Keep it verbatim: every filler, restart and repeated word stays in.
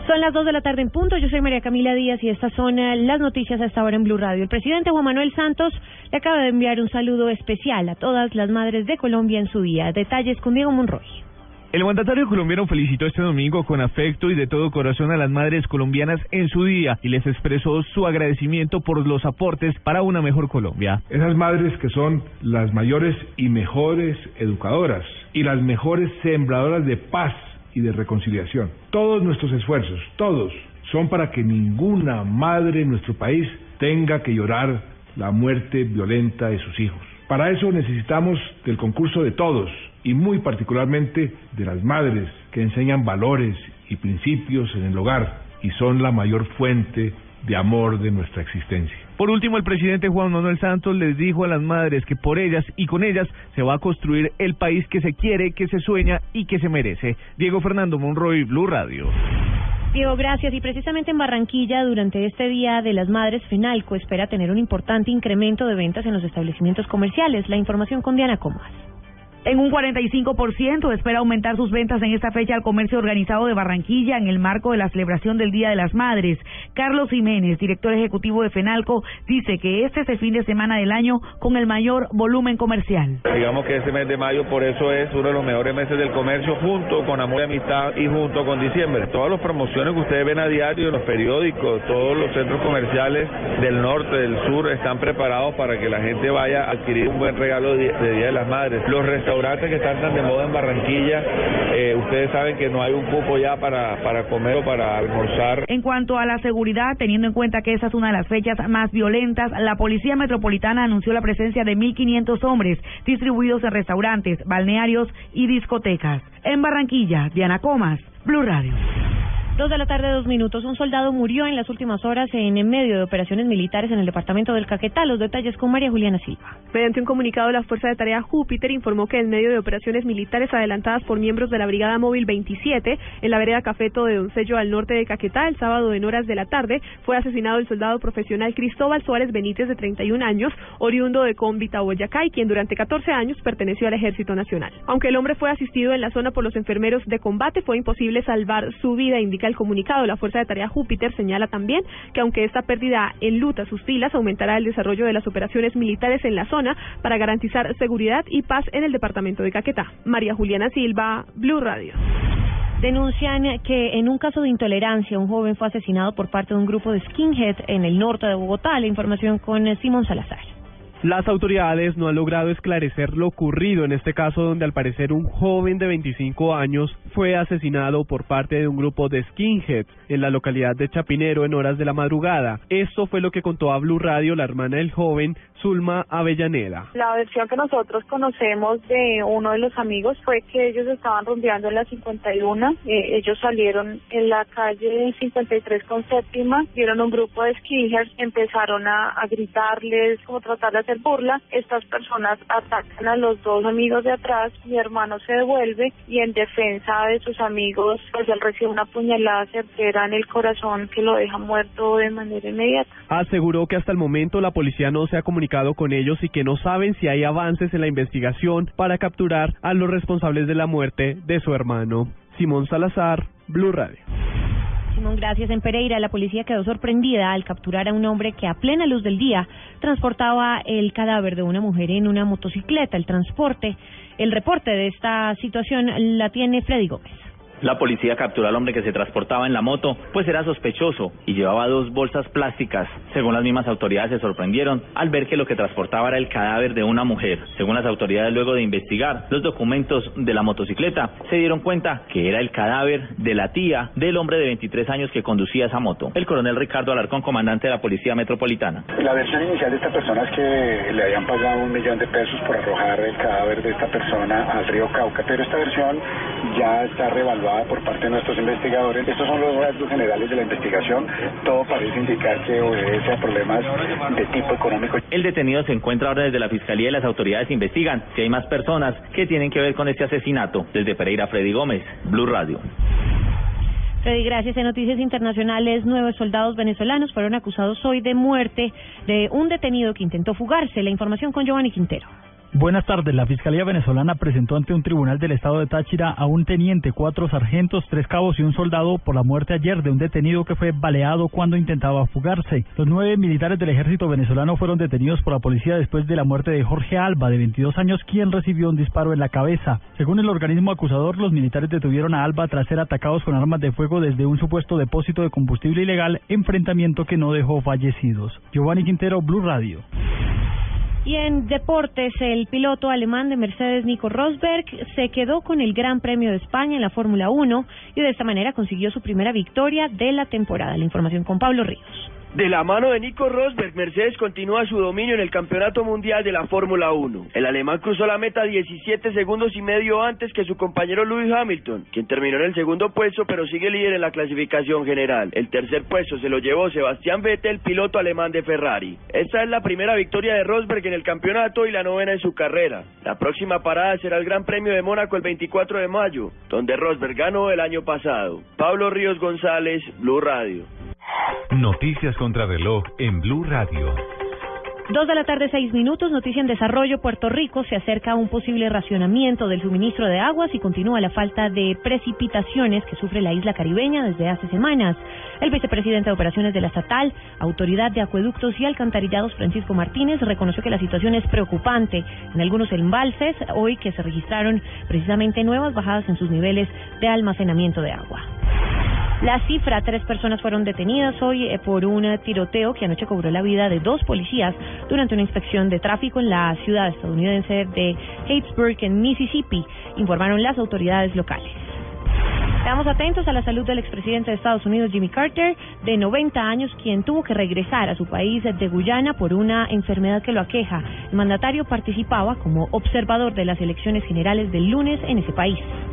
Son las dos de la tarde en punto, yo soy María Camila Díaz y estas son las noticias a esta hora en Blue Radio. El presidente Juan Manuel Santos le acaba de enviar un saludo especial a todas las madres de Colombia en su día. Detalles con Diego Monroy. El mandatario colombiano felicitó este domingo con afecto y de todo corazón a las madres colombianas en su día y les expresó su agradecimiento por los aportes para una mejor Colombia. Esas madres que son las mayores y mejores educadoras y las mejores sembradoras de paz y de reconciliación. Todos nuestros esfuerzos, todos, son para que ninguna madre en nuestro país tenga que llorar la muerte violenta de sus hijos. Para eso necesitamos del concurso de todos y muy particularmente de las madres que enseñan valores y principios en el hogar y son la mayor fuente de amor de nuestra existencia. Por último, el presidente Juan Manuel Santos les dijo a las madres que por ellas y con ellas se va a construir el país que se quiere, que se sueña y que se merece. Diego Fernando Monroy, Blue Radio. Diego, gracias. Y precisamente en Barranquilla, durante este Día de las Madres, FENALCO espera tener un importante incremento de ventas en los establecimientos comerciales. La información con Diana Comas. En un cuarenta y cinco por ciento espera aumentar sus ventas en esta fecha al comercio organizado de Barranquilla en el marco de la celebración del Día de las Madres. Carlos Jiménez, director ejecutivo de FENALCO, dice que este es el fin de semana del año con el mayor volumen comercial. Digamos que este mes de mayo por eso es uno de los mejores meses del comercio, junto con Amor y Amistad y junto con diciembre. Todas las promociones que ustedes ven a diario en los periódicos, todos los centros comerciales del norte, del sur, están preparados para que la gente vaya a adquirir un buen regalo de Día de las Madres. Los restaurantes que están tan de moda en Barranquilla, eh, ustedes saben que no hay un cupo ya para, para comer o para almorzar. En cuanto a la seguridad, teniendo en cuenta que esa es una de las fechas más violentas, la Policía Metropolitana anunció la presencia de mil quinientos hombres distribuidos en restaurantes, balnearios y discotecas. En Barranquilla, Diana Comas, Blue Radio. Dos de la tarde, dos minutos. Un soldado murió en las últimas horas en medio de operaciones militares en el departamento del Caquetá. Los detalles con María Juliana Silva. Mediante un comunicado, la Fuerza de Tarea Júpiter informó que en medio de operaciones militares adelantadas por miembros de la Brigada Móvil veintisiete, en la vereda Cafeto de Doncello al norte de Caquetá, el sábado en horas de la tarde, fue asesinado el soldado profesional Cristóbal Suárez Benítez, de treinta y un años, oriundo de Cómbita, Boyacá, y quien durante catorce años perteneció al Ejército Nacional. Aunque el hombre fue asistido en la zona por los enfermeros de combate, fue imposible salvar su vida, indica el comunicado. La Fuerza de Tarea Júpiter señala también que aunque esta pérdida enluta sus filas, aumentará el desarrollo de las operaciones militares en la zona para garantizar seguridad y paz en el departamento de Caquetá. María Juliana Silva, Blue Radio. Denuncian que en un caso de intolerancia un joven fue asesinado por parte de un grupo de skinhead en el norte de Bogotá. La información con Simón Salazar. Las autoridades no han logrado esclarecer lo ocurrido en este caso, donde al parecer un joven de veinticinco años fue asesinado por parte de un grupo de skinheads en la localidad de Chapinero en horas de la madrugada. Esto fue lo que contó a Blue Radio la hermana del joven, Zulma Avellaneda. La versión que nosotros conocemos de uno de los amigos fue que ellos estaban rumbeando en la cincuenta y uno, eh, ellos salieron en la calle cincuenta y tres con séptima, vieron un grupo de skinheads, empezaron a, a gritarles, como tratar de hacer burla. Estas personas atacan a los dos amigos de atrás, mi hermano se devuelve y en defensa de sus amigos, pues él recibe una puñalada certera en el corazón que lo deja muerto de manera inmediata. Aseguró que hasta el momento la policía no se ha comunicado con ellos y que no saben si hay avances en la investigación para capturar a los responsables de la muerte de su hermano. Simón Salazar, Blue Radio. Simón, gracias. En Pereira, la policía quedó sorprendida al capturar a un hombre que a plena luz del día transportaba el cadáver de una mujer en una motocicleta. El transporte, el reporte de esta situación la tiene Freddy Gómez. La policía capturó al hombre que se transportaba en la moto, pues era sospechoso y llevaba dos bolsas plásticas. Según las mismas autoridades, se sorprendieron al ver que lo que transportaba era el cadáver de una mujer. Según las autoridades, luego de investigar los documentos de la motocicleta, se dieron cuenta que era el cadáver de la tía del hombre de veintitrés años que conducía esa moto. El coronel Ricardo Alarcón, comandante de la Policía Metropolitana. La versión inicial de esta persona es que le habían pagado un millón de pesos por arrojar el cadáver de esta persona al río Cauca, pero esta versión ya está revaluada por parte de nuestros investigadores. Estos son los rasgos generales de la investigación. Todo parece indicar que obedece a problemas de tipo económico. El detenido se encuentra ahora desde la Fiscalía y las autoridades investigan si hay más personas que tienen que ver con este asesinato. Desde Pereira, Freddy Gómez, Blue Radio. Freddy, gracias. En noticias internacionales, nueve soldados venezolanos fueron acusados hoy de muerte de un detenido que intentó fugarse. La información con Giovanni Quintero. Buenas tardes. La Fiscalía venezolana presentó ante un tribunal del estado de Táchira a un teniente, cuatro sargentos, tres cabos y un soldado por la muerte ayer de un detenido que fue baleado cuando intentaba fugarse. Los nueve militares del ejército venezolano fueron detenidos por la policía después de la muerte de Jorge Alba, de veintidós años, quien recibió un disparo en la cabeza. Según el organismo acusador, los militares detuvieron a Alba tras ser atacados con armas de fuego desde un supuesto depósito de combustible ilegal, enfrentamiento que no dejó fallecidos. Giovanni Quintero, Blue Radio. Y en deportes, el piloto alemán de Mercedes, Nico Rosberg, se quedó con el Gran Premio de España en la Fórmula uno y de esta manera consiguió su primera victoria de la temporada. La información con Pablo Ríos. De la mano de Nico Rosberg, Mercedes continúa su dominio en el Campeonato Mundial de la Fórmula uno. El alemán cruzó la meta diecisiete segundos y medio antes que su compañero Lewis Hamilton, quien terminó en el segundo puesto pero sigue líder en la clasificación general. El tercer puesto se lo llevó Sebastián Vettel, piloto alemán de Ferrari. Esta es la primera victoria de Rosberg en el campeonato y la novena en su carrera. La próxima parada será el Gran Premio de Mónaco el veinticuatro de mayo, donde Rosberg ganó el año pasado. Pablo Ríos González, Blue Radio. Noticias contra reloj en Blue Radio. Dos de la tarde, seis minutos, noticia en desarrollo. Puerto Rico se acerca a un posible racionamiento del suministro de aguas y continúa la falta de precipitaciones que sufre la isla caribeña desde hace semanas. El vicepresidente de Operaciones de la Estatal, Autoridad de Acueductos y Alcantarillados, Francisco Martínez, reconoció que la situación es preocupante en algunos embalses, hoy que se registraron precisamente nuevas bajadas en sus niveles de almacenamiento de agua. La cifra, tres personas fueron detenidas hoy eh, por un tiroteo que anoche cobró la vida de dos policías durante una inspección de tráfico en la ciudad estadounidense de Hattiesburg, en Mississippi, informaron las autoridades locales. Estamos atentos a la salud del expresidente de Estados Unidos, Jimmy Carter, de noventa años, quien tuvo que regresar a su país de Guyana por una enfermedad que lo aqueja. El mandatario participaba como observador de las elecciones generales del lunes en ese país.